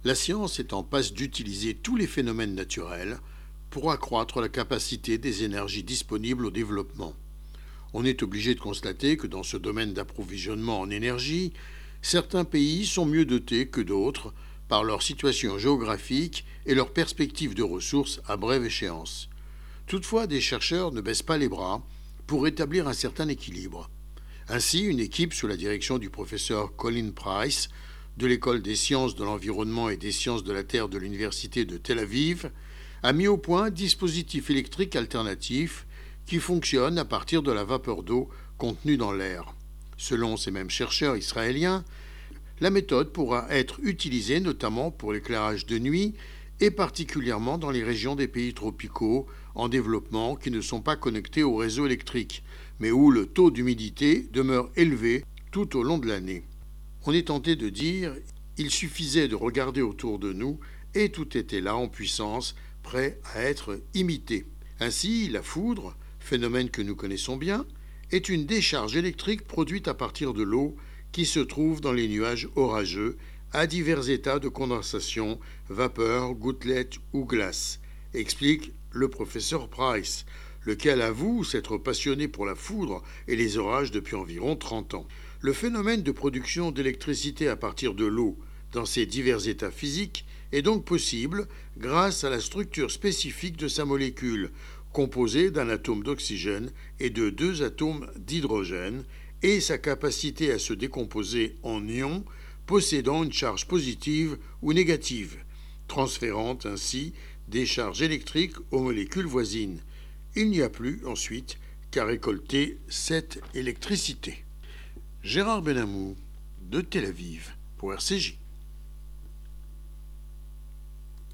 La science est en passe d'utiliser tous les phénomènes naturels pour accroître la capacité des énergies disponibles au développement. On est obligé de constater que dans ce domaine d'approvisionnement en énergie, certains pays sont mieux dotés que d'autres par leur situation géographique et leurs perspectives de ressources à brève échéance. Toutefois, des chercheurs ne baissent pas les bras pour établir un certain équilibre. Ainsi, une équipe sous la direction du professeur Colin Price de l'École des sciences de l'environnement et des sciences de la Terre de l'Université de Tel Aviv a mis au point un dispositif électrique alternatif qui fonctionne à partir de la vapeur d'eau contenue dans l'air. Selon ces mêmes chercheurs israéliens, la méthode pourra être utilisée notamment pour l'éclairage de nuit et particulièrement dans les régions des pays tropicaux en développement qui ne sont pas connectés au réseau électrique, mais où le taux d'humidité demeure élevé tout au long de l'année. On est tenté de dire il suffisait de regarder autour de nous et tout était là en puissance, prêt à être imité. Ainsi, la foudre, phénomène que nous connaissons bien, est une décharge électrique produite à partir de l'eau qui se trouve dans les nuages orageux à divers états de condensation, vapeur, gouttelettes ou glace, explique le professeur Price, lequel avoue s'être passionné pour la foudre et les orages depuis environ 30 ans. Le phénomène de production d'électricité à partir de l'eau dans ses divers états physiques est donc possible grâce à la structure spécifique de sa molécule, composée d'un atome d'oxygène et de 2 atomes d'hydrogène, et sa capacité à se décomposer en ions possédant une charge positive ou négative, transférant ainsi des charges électriques aux molécules voisines. Il n'y a plus ensuite qu'à récolter cette électricité. Gérard Benamou, de Tel Aviv, pour RCJ.